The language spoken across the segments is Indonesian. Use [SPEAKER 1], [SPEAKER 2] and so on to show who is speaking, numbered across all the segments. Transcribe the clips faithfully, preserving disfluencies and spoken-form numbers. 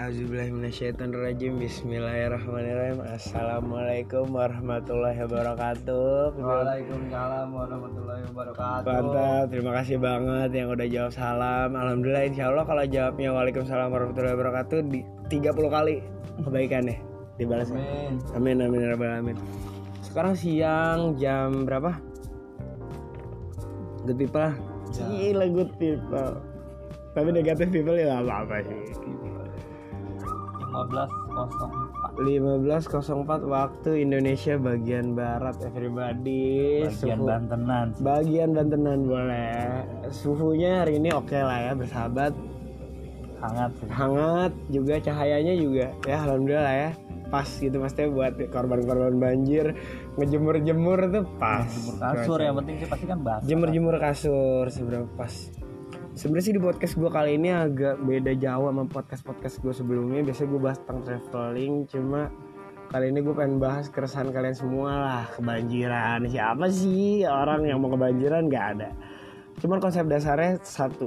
[SPEAKER 1] Auzubillahiminasyaitonirrajim. Bismillahirrahmanirrahim. Assalamualaikum warahmatullahi wabarakatuh.
[SPEAKER 2] Waalaikumsalam warahmatullahi wabarakatuh.
[SPEAKER 1] Mantap, terima kasih banget yang udah jawab salam. Alhamdulillah, insya Allah kalau jawabnya waalaikumsalam warahmatullahi wabarakatuh di tiga puluh kali kebaikannya dibalas.
[SPEAKER 2] Amin.
[SPEAKER 1] Amin amin ya rabbal alamin. Sekarang siang jam berapa? Good people.
[SPEAKER 2] Ya.
[SPEAKER 1] Gila good people. Tapi negatif people ya gak apa-apa sih.
[SPEAKER 2] lima belas nol empat
[SPEAKER 1] lima belas nol empat waktu Indonesia bagian barat, everybody.
[SPEAKER 2] Bagian
[SPEAKER 1] Suhu,
[SPEAKER 2] Bantenan sih.
[SPEAKER 1] bagian Bantenan boleh. Suhunya hari ini oke lah ya, bersahabat.
[SPEAKER 2] Hangat sih.
[SPEAKER 1] Hangat juga, cahayanya juga ya alhamdulillah ya. Pas gitu maksudnya buat korban-korban banjir ngejemur-jemur tuh pas.
[SPEAKER 2] Jemur kasur yang penting sih pasti kan basah.
[SPEAKER 1] Jemur-jemur kasur seberapa pas. Sebenarnya sih di podcast gue kali ini agak beda jauh sama podcast-podcast gue sebelumnya. Biasanya gue bahas tentang traveling, cuma kali ini gue pengen bahas keresahan kalian semua lah. Kebanjiran, siapa sih orang yang mau kebanjiran? Gak ada. Cuman konsep dasarnya satu,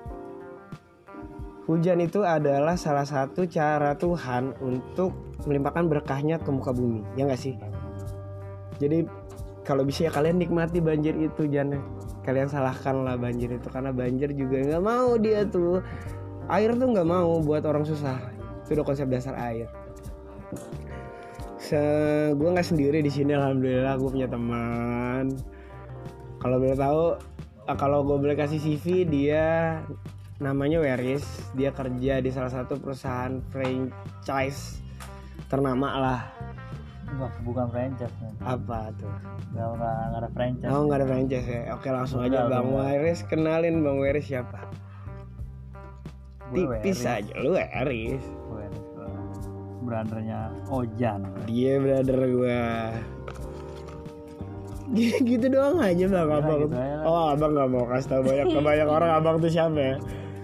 [SPEAKER 1] hujan itu adalah salah satu cara Tuhan untuk melimpahkan berkahnya ke muka bumi, ya gak sih? Jadi kalau bisa ya kalian nikmati banjir itu, jangan kalian salahkan lah banjir itu, karena banjir juga nggak mau dia tuh, air tuh nggak mau buat orang susah. Itu udah konsep dasar air. Se- gue nggak sendiri di sini, alhamdulillah gue punya teman. Kalau boleh tahu, kalau gue boleh kasih C V, dia namanya Weris. Dia kerja di salah satu perusahaan franchise ternama lah.
[SPEAKER 2] Wah, bukan franchise nih.
[SPEAKER 1] Apa tuh?
[SPEAKER 2] Gak, gak, gak ada franchise.
[SPEAKER 1] Oh nggak ada franchise ya. Oke langsung aja
[SPEAKER 2] Udah,
[SPEAKER 1] Bang
[SPEAKER 2] udah.
[SPEAKER 1] Weris, kenalin Bang Weris siapa?
[SPEAKER 2] Gue
[SPEAKER 1] Tipis
[SPEAKER 2] Weris.
[SPEAKER 1] aja lu Weris.
[SPEAKER 2] Weris, gue. Brandernya Ojan.
[SPEAKER 1] Dia brother gua. Gitu doang aja Bang.
[SPEAKER 2] Udah,
[SPEAKER 1] Abang.
[SPEAKER 2] gitu aja lah.
[SPEAKER 1] Oh Abang nggak mau kasih tahu banyak ke banyak orang Abang tuh siapa ya?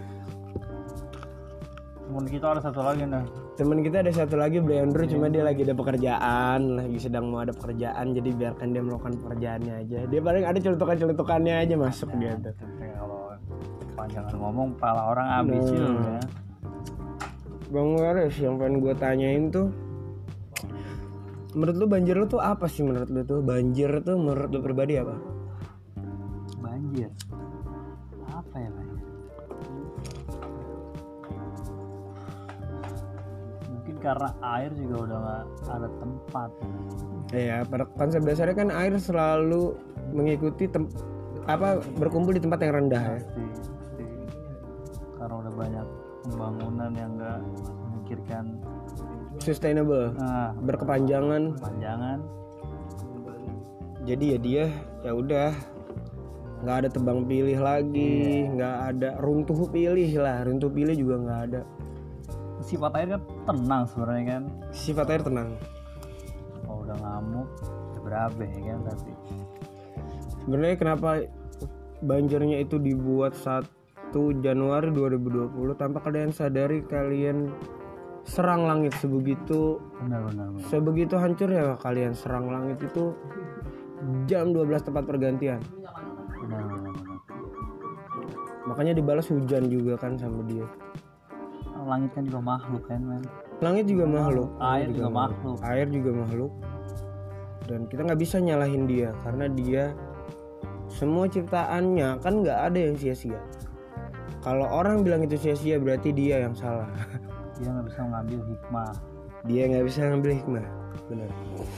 [SPEAKER 2] Temen kita ada satu lagi nih.
[SPEAKER 1] Temen kita ada satu lagi Bro Andrew, cuma dia lagi ada pekerjaan, lagi sedang mau ada pekerjaan, jadi biarkan dia melakukan pekerjaannya aja. Dia paling ada celutukan-celutukannya aja masuk dia tuh.
[SPEAKER 2] Tapi kalau panjangan ngomong pala orang habis
[SPEAKER 1] Nah.
[SPEAKER 2] sih lu ya.
[SPEAKER 1] Bang Weris, yang pengen gue tanyain tuh, menurut lu banjir lu tuh apa sih menurut lu tuh? Banjir tuh menurut lu pribadi apa?
[SPEAKER 2] Banjir. Apa ya banjir? Mungkin karena air juga udah gak ada tempat.
[SPEAKER 1] Iya, pada konsep dasarnya kan air selalu mengikuti tem- apa berkumpul di tempat yang rendah ya.
[SPEAKER 2] Pasti, pasti. Karena udah banyak pembangunan yang gak memikirkan
[SPEAKER 1] Sustainable,
[SPEAKER 2] nah,
[SPEAKER 1] berkepanjangan.
[SPEAKER 2] panjangan.
[SPEAKER 1] Jadi ya dia ya udah nggak ada tebang pilih lagi, nggak ada runtuh pilih lah, runtuh pilih juga nggak ada.
[SPEAKER 2] Sifat air kan tenang sebenarnya kan.
[SPEAKER 1] Sifat air tenang.
[SPEAKER 2] Kalau udah ngamuk ya berabe kan tapi.
[SPEAKER 1] Sebenarnya kenapa banjirnya itu dibuat satu Januari dua ribu dua puluh, tanpa kalian sadari kalian serang langit sebegitu
[SPEAKER 2] Benar-benar.
[SPEAKER 1] sebegitu hancur ya kalian serang langit itu jam dua belas tepat pergantian.
[SPEAKER 2] Benar-benar.
[SPEAKER 1] Makanya dibalas hujan juga kan sama dia.
[SPEAKER 2] Langit kan juga makhluk kan men.
[SPEAKER 1] Langit juga makhluk,
[SPEAKER 2] Air juga makhluk.
[SPEAKER 1] Air juga makhluk. Dan kita nggak bisa nyalahin dia karena dia semua ciptaannya kan nggak ada yang sia-sia. Kalau orang bilang itu sia-sia berarti dia yang salah.
[SPEAKER 2] Dia nggak bisa mengambil hikmah.
[SPEAKER 1] Dia nggak bisa ngambil hikmah, benar.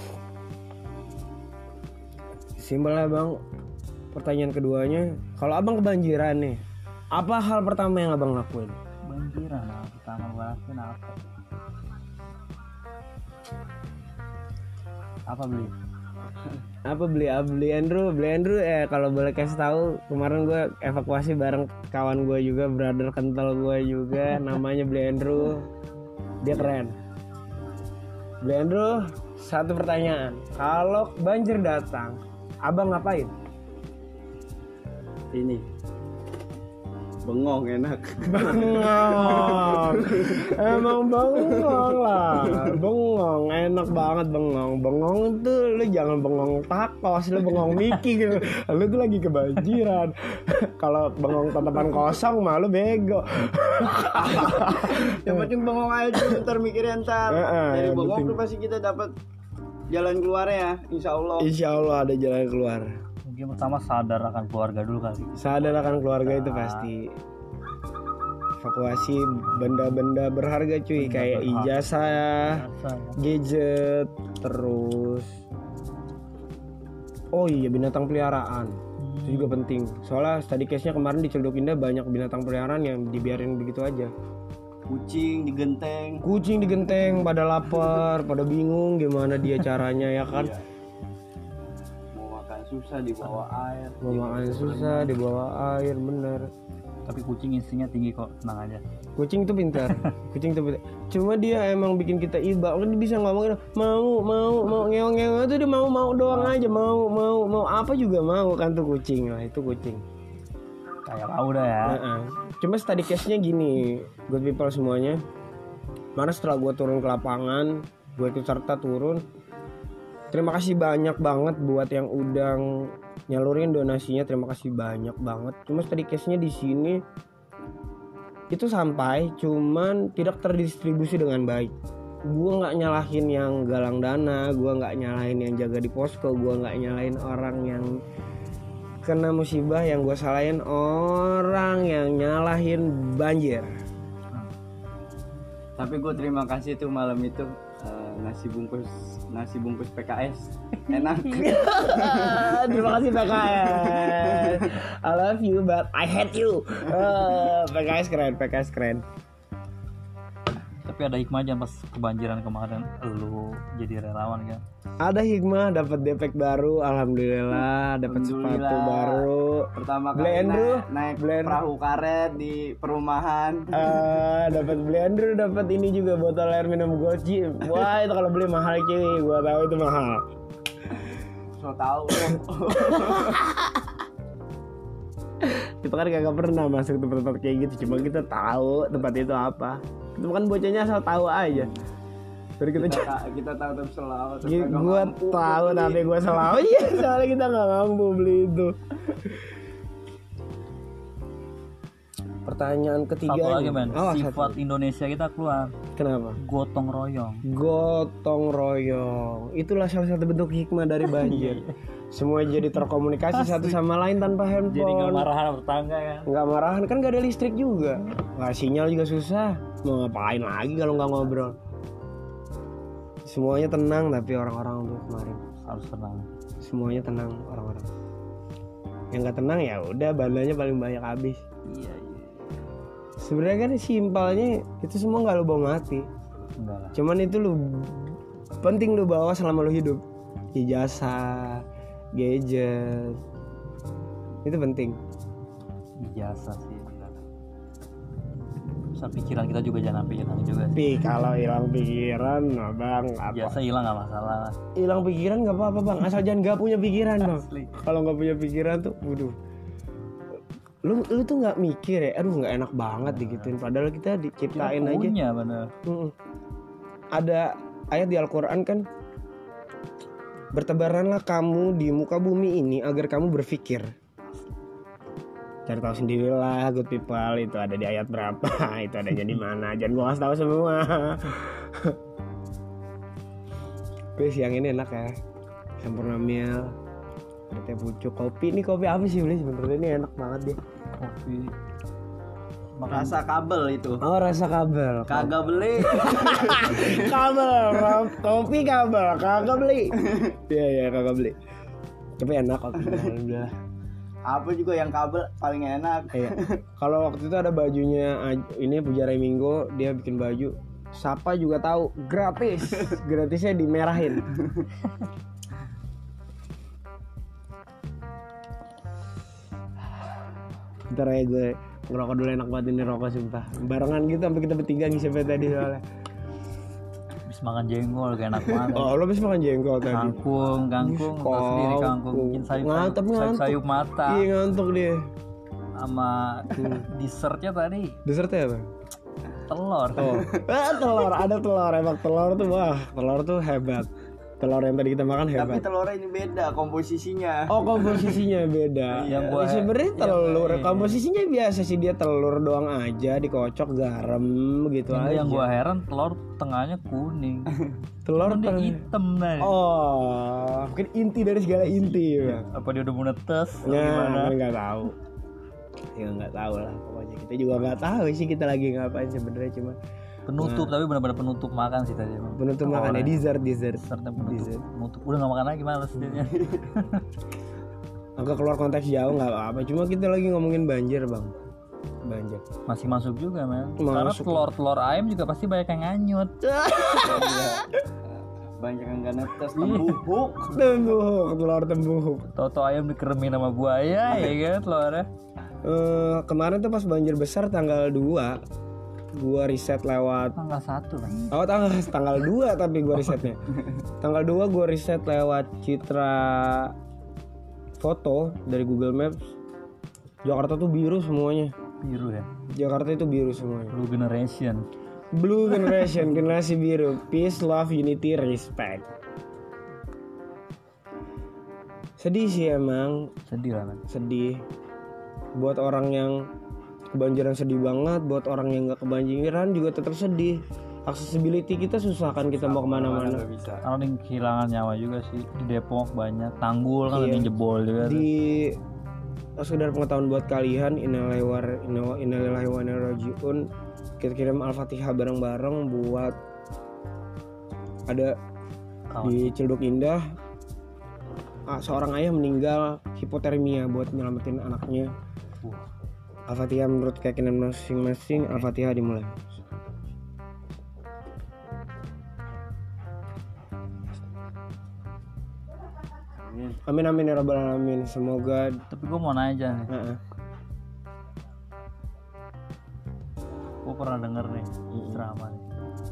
[SPEAKER 1] Simpel lah Bang. Pertanyaan keduanya, kalau Abang kebanjiran nih, apa hal pertama yang Abang lakuin?
[SPEAKER 2] Banjiran lah pertama gue lakuin apa? Apa beli?
[SPEAKER 1] Apa beli ah, beli Andrew beli Andrew eh kalau boleh kasih tahu, kemarin gue evakuasi bareng kawan gue juga, brother kental gue juga, namanya beli Andrew. Dia keren. Beli Andrew, satu pertanyaan, kalau banjir datang Abang ngapain?
[SPEAKER 3] Ini Bengong enak.
[SPEAKER 1] Bengong. Emang bengong lah. Bengong enak banget bengong. Bengong tuh lu jangan bengong takos, lu bengong Mickey gitu. Lu tuh lagi kebanjiran. Kalau bengong tatapan kosong mah lu bego.
[SPEAKER 3] Yang penting bengong aja ntar mikirin ntar. Dari bengong tuh pasti kita dapat jalan keluar ya, insya Allah.
[SPEAKER 1] Insya Allah ada jalan keluar.
[SPEAKER 2] Mungkin pertama sadar akan keluarga dulu kali.
[SPEAKER 1] Sadar akan keluarga nah. Itu pasti. Evakuasi benda-benda berharga cuy, benda kayak berharga. Ijazah, Ijazah ya. Gadget, terus oh iya binatang peliharaan. Hmm. Itu juga penting. Soalnya tadi case-nya kemarin di Celduk Indah banyak binatang peliharaan yang dibiarin begitu aja.
[SPEAKER 3] Kucing digenteng.
[SPEAKER 1] Kucing digenteng, pada lapar, pada bingung gimana dia caranya ya kan. Iya.
[SPEAKER 3] Susah dibawa air,
[SPEAKER 1] mau makan susah dibawa air, bener.
[SPEAKER 2] Tapi kucing instingnya tinggi kok, tenang aja.
[SPEAKER 1] Kucing tuh pintar, kucing tuh pintar. Cuma dia emang bikin kita iba, kan dia bisa ngomongin mau mau mau ngeong ngeong itu dia mau mau doang aja, mau mau mau apa juga mau kan tuh kucing lah, itu kucing.
[SPEAKER 2] Kayak tahu dah ya.
[SPEAKER 1] Nah, cuma study case-nya gini, good people semuanya. Mana setelah gue turun ke lapangan, gue ikut serta turun. Terima kasih banyak banget buat yang udah nyalurin donasinya, terima kasih banyak banget. Cuma study case-nya di sini itu sampai, cuman tidak terdistribusi dengan baik. Gue nggak nyalahin yang galang dana, gue nggak nyalahin yang jaga di posko, gue nggak nyalahin orang yang kena musibah, yang gue salahin orang yang nyalahin banjir.
[SPEAKER 3] Tapi gue terima kasih tuh malam itu. Uh, nasi bungkus nasi bungkus P K S enak.
[SPEAKER 1] Terima kasih P K S. I love you but I hate you. Uh, P K S keren, P K S keren.
[SPEAKER 2] Tapi ada hikmahnya pas kebanjiran kemarin lu jadi relawan kan?
[SPEAKER 1] Ada hikmah, dapat depek baru, alhamdulillah, dapat sepatu baru.
[SPEAKER 3] Pertama kali
[SPEAKER 1] Andrew,
[SPEAKER 3] naik, naik perahu karet di perumahan.
[SPEAKER 1] Uh, dapat blender, dapat ini juga botol air minum Goci. Wah, itu kalau beli mahal cuy, gua tahu itu mahal.
[SPEAKER 3] So tahu.
[SPEAKER 1] Kita kan kagak pernah masuk tempat-tempat kayak gitu, cuma kita tahu tempat itu apa. Itu kan bocahnya asal tahu aja. Terus kita
[SPEAKER 3] kita, kita tahu tapi selalu.
[SPEAKER 1] Gue tahu tapi gue selalu ya soalnya kita nggak mampu beli itu. Pertanyaan ketiga.
[SPEAKER 2] Satu lagi men,
[SPEAKER 1] oh,
[SPEAKER 2] sifat
[SPEAKER 1] satu.
[SPEAKER 2] Indonesia kita keluar.
[SPEAKER 1] Kenapa?
[SPEAKER 2] Gotong royong.
[SPEAKER 1] Gotong royong. Itulah salah satu bentuk hikmah dari banjir. Semua jadi terkomunikasi satu sama lain tanpa handphone.
[SPEAKER 2] Jadi nggak marahan tetangga kan?
[SPEAKER 1] Nggak marahan kan nggak ada listrik juga. Nggak sinyal juga susah. Mau ngapain lagi kalau nggak ngobrol? Semuanya tenang tapi orang-orang tuh kemarin
[SPEAKER 2] harus tenang.
[SPEAKER 1] Semuanya tenang orang-orang. Yang nggak tenang ya udah bandanya paling banyak habis.
[SPEAKER 3] Iya iya.
[SPEAKER 1] Sebenarnya kan simpelnya itu semua nggak lu bawa mati.
[SPEAKER 2] Enggak lah.
[SPEAKER 1] Cuman itu lu penting lu bawa selama lu hidup. Ijazah, gadget, itu penting.
[SPEAKER 2] Ijazah sih. Soal pikiran kita juga jangan sampai hilang juga.
[SPEAKER 1] Tapi kalau hilang pikiran, nah bang, apa?
[SPEAKER 2] Biasa hilang nggak masalah.
[SPEAKER 1] Hilang pikiran nggak apa-apa bang, asal jangan nggak punya pikiran bang. Kalau nggak punya pikiran tuh, waduh. Lu lu tuh nggak mikir ya, aduh nggak enak banget digituin. Padahal kita diciptain
[SPEAKER 2] kita
[SPEAKER 1] aja.
[SPEAKER 2] Punya bener.
[SPEAKER 1] Hmm. Ada ayat di Al-Quran kan, bertebaranlah kamu di muka bumi ini agar kamu berpikir. Cari tahu sendirilah good people, itu ada di ayat berapa, itu adanya di mana, jangan gua kasih tahu semua. Tapi siang ini enak ya, sempurna meal, ada teh pucuk, kopi. Ini kopi apa sih beli sebenarnya, ini enak banget deh.
[SPEAKER 2] Kopi
[SPEAKER 3] rasa kabel itu.
[SPEAKER 1] Oh rasa kabel.
[SPEAKER 3] Kagak beli.
[SPEAKER 1] Kabel, kopi kabel, kagak beli. Iya iya kagak beli. Tapi enak kopi, alhamdulillah.
[SPEAKER 3] Apa juga yang kabel paling enak.
[SPEAKER 1] Iya. Kalau waktu itu ada bajunya ini Pujara Minggo, dia bikin baju. Sapa juga tahu, gratis. Gratisnya dimerahin. Ntar ya gue ngerokok dulu, enak banget ini rokok sumpah. Barengan gitu sampai kita bertiga ngisi tadi soalnya.
[SPEAKER 2] Habis makan jengkol kayak enak banget.
[SPEAKER 1] Oh, lo habis makan jengkol tadi.
[SPEAKER 2] Kangkung, kangkung, pas sendiri kangkung, bikin sayup,
[SPEAKER 1] ngantuk,
[SPEAKER 2] sayup,
[SPEAKER 1] ngantuk.
[SPEAKER 2] sayup mata.
[SPEAKER 1] Iya ngantuk dia.
[SPEAKER 2] sama dessertnya tadi
[SPEAKER 1] Dessertnya apa?
[SPEAKER 2] telur.
[SPEAKER 1] Oh, ah, telur, ada telur. Emang telur tuh wah, telur tuh hebat. Telur yang tadi kita makan hebat.
[SPEAKER 3] Tapi telurnya ini beda komposisinya.
[SPEAKER 1] Oh, komposisinya beda.
[SPEAKER 2] Yang gua-
[SPEAKER 1] Ya, sebenarnya
[SPEAKER 2] yang-
[SPEAKER 1] telur
[SPEAKER 2] iya.
[SPEAKER 1] komposisinya biasa sih, dia telur doang aja dikocok garam gitu
[SPEAKER 2] Yang,
[SPEAKER 1] aja.
[SPEAKER 2] yang gua heran telur tengahnya kuning.
[SPEAKER 1] telur
[SPEAKER 2] Cuman dia
[SPEAKER 1] teng-
[SPEAKER 2] hitam nih.
[SPEAKER 1] Oh, mungkin inti dari segala inti ya.
[SPEAKER 2] Apa dia udah mau netes? atau
[SPEAKER 1] Nah,
[SPEAKER 2] gimana?
[SPEAKER 1] nggak tahu. Ya nggak tahu lah pokoknya. Kita juga nggak tahu sih kita lagi ngapain sebenarnya, cuma
[SPEAKER 2] Penutup, tapi benar-benar penutup makan sih tadi emang.
[SPEAKER 1] penutup
[SPEAKER 2] Oh,
[SPEAKER 1] makan ya,
[SPEAKER 2] orang.
[SPEAKER 1] dessert dessert.
[SPEAKER 2] Dessertnya penutup.
[SPEAKER 1] Dessert.
[SPEAKER 2] Penutup. Udah nggak makan lagi, males dia.
[SPEAKER 1] Agak keluar konteks jauh nggak apa-apa. Cuma kita lagi ngomongin banjir bang. Banjir.
[SPEAKER 2] Masih masuk juga men.
[SPEAKER 1] Masuk.
[SPEAKER 2] Karena telur-telur ayam juga pasti banyak yang nganyut.
[SPEAKER 3] Banyak yang gak netes, tembuk.
[SPEAKER 1] Tembuhuk, telur tembuhuk.
[SPEAKER 2] Toto ayam dikeremin sama buaya ya kan telurnya.
[SPEAKER 1] Eh, kemarin tuh pas banjir besar tanggal dua, gua riset lewat
[SPEAKER 2] Tanggal satu kan.
[SPEAKER 1] oh tanggal tanggal dua tapi gua risetnya. Tanggal dua gua riset lewat Citra foto dari Google Maps. Jakarta tuh biru semuanya.
[SPEAKER 2] Biru ya.
[SPEAKER 1] Jakarta itu biru semuanya.
[SPEAKER 2] Blue generation.
[SPEAKER 1] Blue generation, generasi biru. Peace, love, unity, respect. Sedih sih emang,
[SPEAKER 2] Sedih lah men.
[SPEAKER 1] sedih. Buat orang yang kebanjiran sedih banget, buat orang yang nggak kebanjiran juga tetap sedih. Accessibility kita susah kan kita mau kemana-mana.
[SPEAKER 3] Nggak bisa.
[SPEAKER 2] Karena ada yang kehilangan nyawa juga sih. Di Depok banyak. Tanggul kan
[SPEAKER 1] Iya.
[SPEAKER 2] ada yang jebol juga. tuh.
[SPEAKER 1] Di sekedar pengetahuan buat kalian, innalillahi wa innalillahi wa inna ilaihi rajiun. Kita kirim Al-Fatihah bareng-bareng buat ada
[SPEAKER 2] Kawan.
[SPEAKER 1] di Cilduk Indah. Ah, seorang ayah meninggal hipotermia buat nyelamatin anaknya.
[SPEAKER 2] Wah.
[SPEAKER 1] Al-Fatihah menurut keyakinan masing-masing. Al-Fatihah dimulai. Amin amin ya rabbal alamin. Semoga
[SPEAKER 2] Tapi gue mau nanya aja nih.
[SPEAKER 1] Heeh.
[SPEAKER 2] Gue pernah denger nih ceramah nih.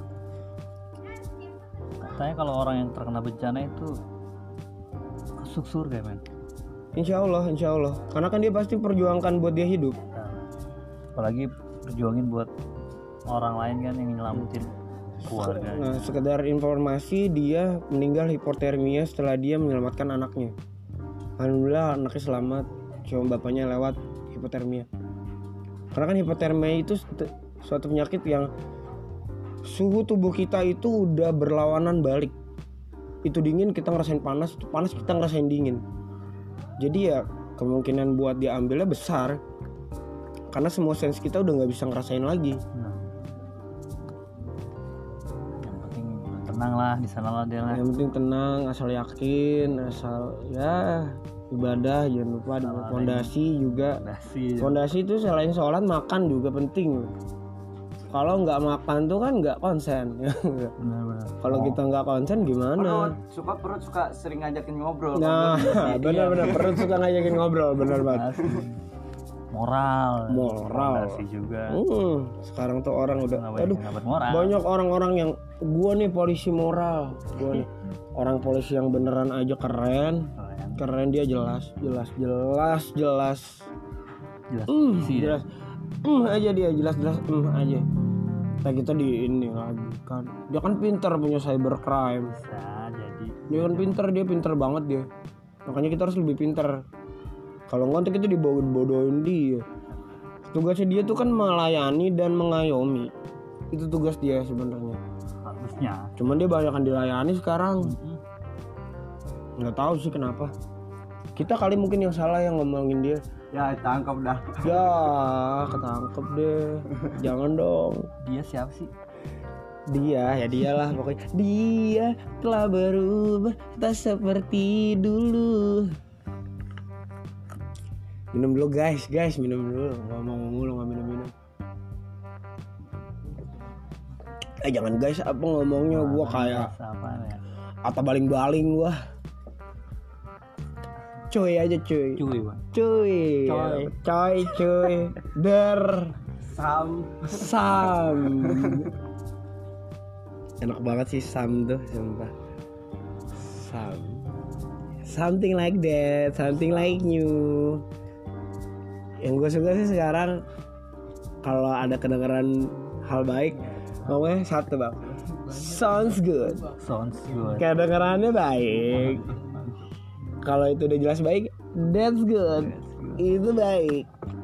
[SPEAKER 2] Katanya kalau orang yang terkena bencana itu masuk surga men.
[SPEAKER 1] Insya Allah, insya Allah. Karena kan dia pasti perjuangkan buat dia hidup.
[SPEAKER 2] Nah, apalagi berjuangin buat orang lain kan yang nyelamatin keluarga.
[SPEAKER 1] Nah, sekedar informasi, dia meninggal hipotermia setelah dia menyelamatkan anaknya. Alhamdulillah anaknya selamat, cuma bapaknya lewat hipotermia. Karena kan hipotermia itu st- suatu penyakit yang suhu tubuh kita itu udah berlawanan balik. Itu dingin kita ngerasain panas, itu panas kita ngerasain dingin. Jadi ya kemungkinan buat dia ambilnya besar. Karena semua sense kita udah nggak bisa ngerasain lagi.
[SPEAKER 2] Nah, yang penting tenang lah di sana lah dia lah.
[SPEAKER 1] Yang penting tenang, asal yakin, asal ya ibadah, jangan lupa di
[SPEAKER 2] Salah
[SPEAKER 1] fondasi juga.
[SPEAKER 2] Dasi.
[SPEAKER 1] Fondasi itu selain sholat, makan juga penting. Kalau nggak makan tuh kan nggak konsen.
[SPEAKER 2] Benar-benar.
[SPEAKER 1] Kalau kita nggak konsen
[SPEAKER 3] Perut,
[SPEAKER 1] gimana?
[SPEAKER 3] suka perut suka sering ngajakin ngobrol.
[SPEAKER 1] Nah, benar-benar perut suka ngajakin ngobrol, benar banget.
[SPEAKER 2] Asli. Moral.
[SPEAKER 1] Moral.
[SPEAKER 2] Fondasi juga.
[SPEAKER 1] Hmm, sekarang tuh orang udah,
[SPEAKER 2] Nggak banyak
[SPEAKER 1] aduh,
[SPEAKER 2] yang dapat moral.
[SPEAKER 1] banyak orang-orang yang gua nih polisi moral, gua nih orang polisi yang beneran aja keren,
[SPEAKER 2] Keren.
[SPEAKER 1] keren dia jelas, jelas, jelas, jelas,
[SPEAKER 2] Jelas
[SPEAKER 1] Hmm,
[SPEAKER 2] isi ya.
[SPEAKER 1] jelas, hmm aja dia jelas, jelas, hmm aja. Nah kita di ini lagi kan, dia kan pintar punya cybercrime,
[SPEAKER 2] Bisa jadi.
[SPEAKER 1] dia kan pintar, dia pintar banget dia, makanya kita harus lebih pintar. Kalau nggak nanti kita dibodoh-bodohin dia. Tugasnya dia tuh kan melayani dan mengayomi. Itu tugas dia sebenarnya.
[SPEAKER 2] Harusnya.
[SPEAKER 1] Cuman dia banyak dilayani sekarang.
[SPEAKER 2] Mm-mm.
[SPEAKER 1] Nggak tahu sih kenapa. Kita kali mungkin yang salah yang ngomongin dia.
[SPEAKER 3] Ya tangkap dah.
[SPEAKER 1] Ya ketangkep deh. Jangan dong.
[SPEAKER 2] Dia siapa sih?
[SPEAKER 1] Dia ya dialah pokoknya. Dia telah berubah tak seperti dulu. Minum dulu guys, guys minum dulu. Ngomong mulu nggak minum-minum. Eh jangan guys, apa ngomongnya gua kayak
[SPEAKER 2] apa ya?
[SPEAKER 1] atau baling-baling gua. Cuy aja cuy.
[SPEAKER 2] Cuy, Bang.
[SPEAKER 1] Cuy.
[SPEAKER 2] Coy.
[SPEAKER 1] Coy cuy. Der
[SPEAKER 3] Sam.
[SPEAKER 1] Sam. Enak banget sih Sam tuh, sumpah. Sam. Something like that, something like you. Yang gue suka sih sekarang kalau ada kedengaran hal baik, ngomongnya satu bang, sounds good.
[SPEAKER 2] Sounds good.
[SPEAKER 1] Kedengarannya baik. Kalau itu udah jelas baik, that's good. Itu baik.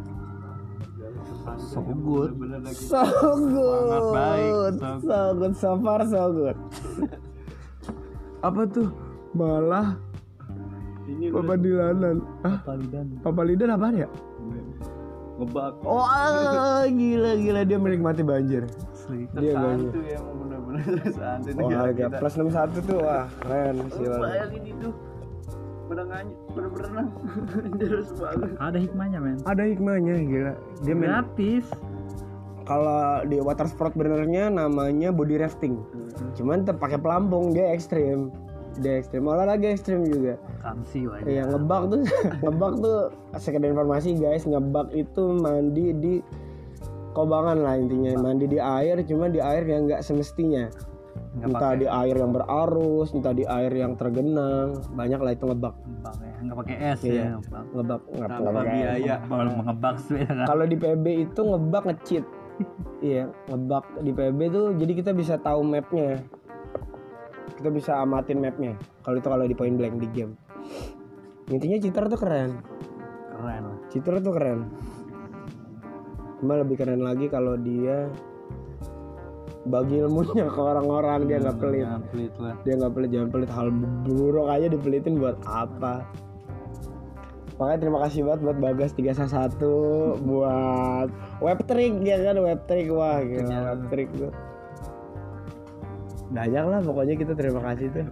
[SPEAKER 2] So good.
[SPEAKER 1] So good.
[SPEAKER 2] Sangat baik.
[SPEAKER 1] So good, so far so good. Apa tuh? Malah
[SPEAKER 3] Ini
[SPEAKER 1] Papa Dilanan. Ah,
[SPEAKER 2] Palidan.
[SPEAKER 1] Papa Lidan apaan ya?
[SPEAKER 3] ngebak.
[SPEAKER 1] Oh, gila gila dia menikmati banjir.
[SPEAKER 2] Asli.
[SPEAKER 1] Dia banjir.
[SPEAKER 3] Santu ya emang bener-bener santu
[SPEAKER 1] Oh,
[SPEAKER 3] negara
[SPEAKER 1] harga
[SPEAKER 3] kita.
[SPEAKER 1] plus enam puluh satu tuh wah keren sih.
[SPEAKER 3] Oh, bayangin itu. Pada nganyut, pada berenang. Terus banget.
[SPEAKER 2] Ada hikmahnya men.
[SPEAKER 1] Ada hikmahnya gila. Dia main
[SPEAKER 2] Gratis.
[SPEAKER 1] kalau di water sport benernya namanya body rafting. Cuman tetap pakai pelampung, dia ekstrim. Dia ekstrim, olahraga ekstrim juga.
[SPEAKER 2] Kansi wajah.
[SPEAKER 1] Iya, ngebak tuh ngebak tuh sekedar informasi guys, ngebak itu mandi di kobangan lah intinya, mandi di air, cuma di air yang nggak semestinya.
[SPEAKER 2] Nggak
[SPEAKER 1] Entah
[SPEAKER 2] pakai
[SPEAKER 1] di air yang berarus, entah di air yang tergenang, banyak lah itu ngebak.
[SPEAKER 2] ngebak ya. Nggak pakai es
[SPEAKER 1] Iya.
[SPEAKER 2] ya. Ngebak.
[SPEAKER 1] Ngebak nggak
[SPEAKER 3] Tanpa
[SPEAKER 1] nggak pakai-
[SPEAKER 3] biaya.
[SPEAKER 2] Kalau mengebak sih ya kan.
[SPEAKER 1] Kalau di P B itu ngebak nge-cheat. Iya, ngebak di P B tuh jadi kita bisa tahu mapnya. Kita bisa amatin mapnya. Kalau itu kalau di point blank di game. Intinya cheater tuh keren.
[SPEAKER 2] Keren lah.
[SPEAKER 1] Cheater tuh keren. Cuma lebih keren lagi kalau dia bagi ilmunya ke orang-orang, dia nggak pelit.
[SPEAKER 2] Jangan pelit lah.
[SPEAKER 1] Dia nggak pelit, jangan pelit, hal buruk aja dipelitin buat apa. Makanya terima kasih banget buat Bagas tiga satu buat web trick ya kan, web trick wah gila web trick tuh. Banyak lah pokoknya kita terima kasih tuh.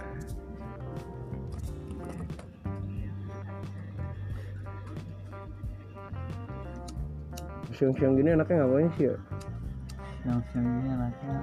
[SPEAKER 1] Siang-siang gini anaknya ngapain sih ya?
[SPEAKER 2] Yang siang ini anaknya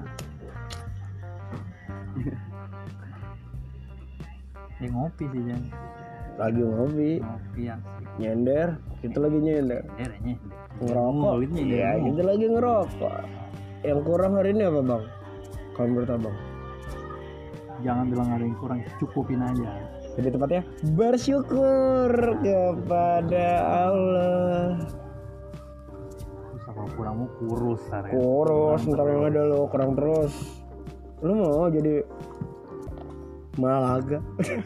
[SPEAKER 2] ya ngopi sih Jan.
[SPEAKER 1] Lagi ngopi,
[SPEAKER 2] Ngopi ya.
[SPEAKER 1] nyender, kita lagi nyender.
[SPEAKER 2] Derenya.
[SPEAKER 1] Ngerokok,
[SPEAKER 2] Mulutnya
[SPEAKER 1] iya
[SPEAKER 2] jadi
[SPEAKER 1] kita lagi ngerokok. Yang kurang hari ini apa bang? Kalau menurut abang?
[SPEAKER 2] Jangan bilang ada yang kurang, cukupin aja.
[SPEAKER 1] Jadi tepatnya bersyukur kepada Allah.
[SPEAKER 2] Terus kalau kurang mau kurus tar ya.
[SPEAKER 1] Kurus, ntar yang ada lo kurang terus. Lu mau jadi Malaga?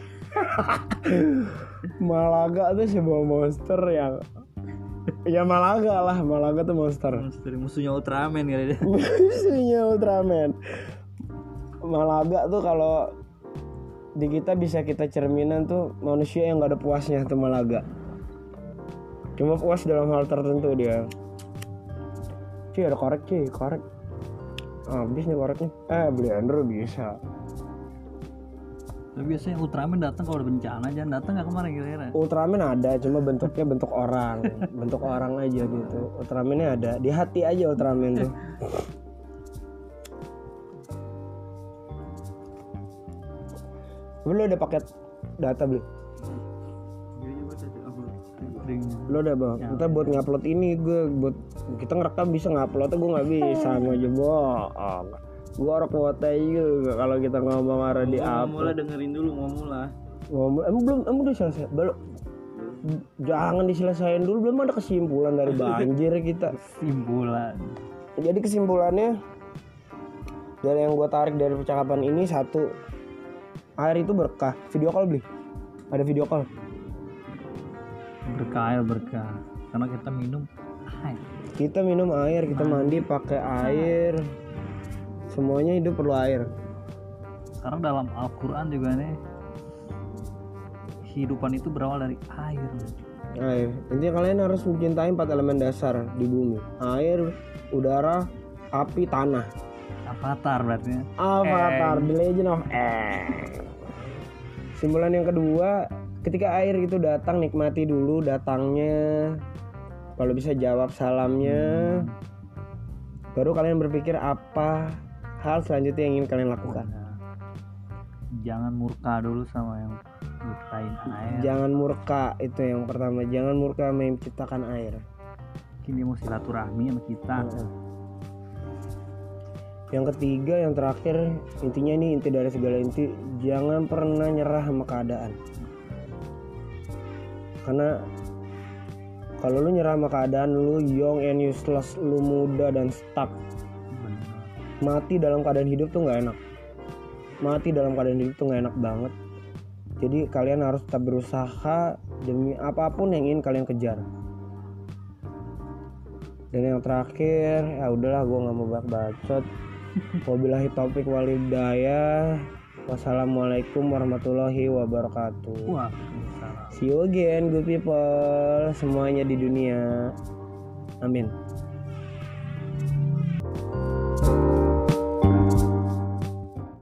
[SPEAKER 1] Malaga tuh sebuah monster yang ya Malaga lah, Malaga tuh monster.
[SPEAKER 2] Monster musuhnya Ultraman kali dia.
[SPEAKER 1] Musuhnya Ultraman. Malaga tuh kalau di kita bisa kita cerminan tuh manusia yang gak ada puasnya tuh Malaga. Cuma puas dalam hal tertentu dia. Cuy ada korek cuy, korek. Habis nih koreknya. Eh beli Android bisa.
[SPEAKER 2] Tapi biasanya Ultraman datang kalau ada bencana, jangan datang nggak kemarin kira-kira.
[SPEAKER 1] Ultraman ada, cuma bentuknya bentuk orang, bentuk orang aja gitu. Ultramannya ada, di hati aja Ultraman tuh. Lu udah paket data belum? Lu udah bang? Kita buat ngupload ini gue buat kita ngerekam bisa nguploadnya gue nggak bisa sama aja bohong. Gue orang kuota juga kalau kita ngomong arah di
[SPEAKER 3] Mau
[SPEAKER 1] up.
[SPEAKER 3] mulai dengerin dulu mau mulai.
[SPEAKER 1] Ngomong, emang belum, emang udah selesai? Belum. Jangan diselesain dulu, belum ada kesimpulan dari banjir kita.
[SPEAKER 2] Simpulan.
[SPEAKER 1] Jadi kesimpulannya dari yang gue tarik dari percakapan ini satu, air itu berkah. Video call beli, ada video call.
[SPEAKER 2] Berkah air berkah. Karena kita minum air.
[SPEAKER 1] Kita minum air, kita mandi pakai air. Semuanya hidup perlu air.
[SPEAKER 2] Karena dalam Al-Quran juga nih, kehidupan itu berawal dari air.
[SPEAKER 1] Air. Intinya kalian harus mencintai empat elemen dasar di bumi: air, udara, api, tanah.
[SPEAKER 2] Avatar berarti.
[SPEAKER 1] Avatar, The Legend of Aang. Simpulan yang kedua, ketika air itu datang, nikmati dulu datangnya. Kalau bisa jawab salamnya,
[SPEAKER 2] Hmm.
[SPEAKER 1] baru kalian berpikir apa hal selanjutnya yang ingin kalian lakukan.
[SPEAKER 2] Jangan murka dulu sama yang nyiptain air.
[SPEAKER 1] Jangan murka, itu yang pertama. Jangan murka menciptakan air.
[SPEAKER 2] Mungkin dia mau silaturahmi sama kita.
[SPEAKER 1] Heeh. Yang ketiga, yang terakhir, intinya ini inti dari segala inti, jangan pernah nyerah sama keadaan. Karena Kalau lu nyerah sama keadaan, lu young and useless, lu muda dan stuck.
[SPEAKER 2] Bener.
[SPEAKER 1] Mati dalam keadaan hidup tuh nggak enak. Mati dalam keadaan hidup tuh nggak enak banget. Jadi kalian harus tetap berusaha demi apapun yang ingin kalian kejar. Dan yang terakhir, ya udahlah, gue nggak mau bacot. Wabillahi taufik walhidayah. Wassalamualaikum warahmatullahi wabarakatuh.
[SPEAKER 2] Wah,
[SPEAKER 1] See you again, good people, semuanya di dunia. Amin.